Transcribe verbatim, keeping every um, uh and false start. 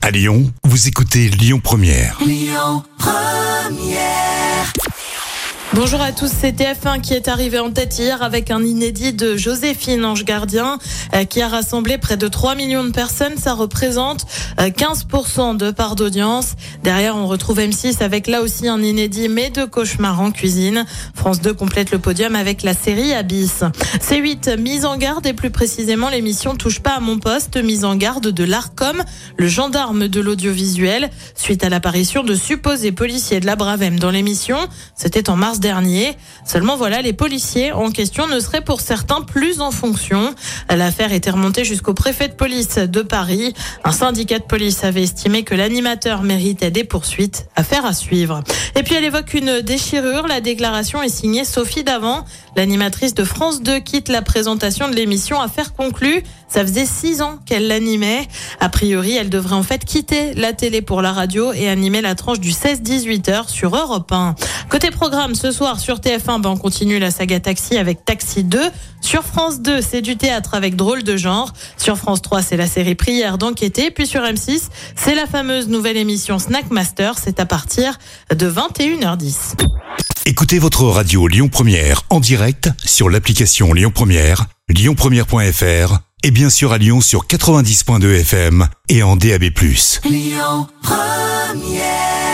À Lyon, vous écoutez Lyon Première. Lyon Première. Bonjour à tous, c'est T F un qui est arrivé en tête hier avec un inédit de Joséphine Ange Gardien euh, qui a rassemblé près de trois millions de personnes. Ça représente euh, quinze pour cent de part d'audience. Derrière, on retrouve M six avec là aussi un inédit mais de cauchemar en cuisine. France deux complète le podium avec la série Abyss. C huit, mise en garde et plus précisément l'émission Touche pas à mon poste, mise en garde de l'Arcom, le gendarme de l'audiovisuel, suite à l'apparition de supposés policiers de la Bravem dans l'émission. C'était en mars dernier. Seulement voilà, les policiers en question ne seraient pour certains plus en fonction. L'affaire était remontée jusqu'au préfet de police de Paris. Un syndicat de police avait estimé que l'animateur méritait des poursuites. Affaire à suivre. Et puis elle évoque une déchirure. La déclaration est signée Sophie Davant. L'animatrice de France deux quitte la présentation de l'émission Affaire conclue. Ça faisait six ans qu'elle l'animait. A priori, elle devrait en fait quitter la télé pour la radio et animer la tranche du seize dix-huit heures sur Europe un. Côté programme, ce soir sur T F un, ben on continue la saga Taxi avec Taxi deux. Sur France deux, c'est du théâtre avec Drôle de genre. Sur France trois, c'est la série Prière d'enquêter. Puis sur M six, c'est la fameuse nouvelle émission Snack Master. C'est à partir de vingt et une heures dix. Écoutez votre radio Lyon Première en direct sur l'application Lyon Première, lyon première point f r et bien sûr à Lyon sur quatre-vingt-dix point deux F M et en D A B plus. Lyon Première.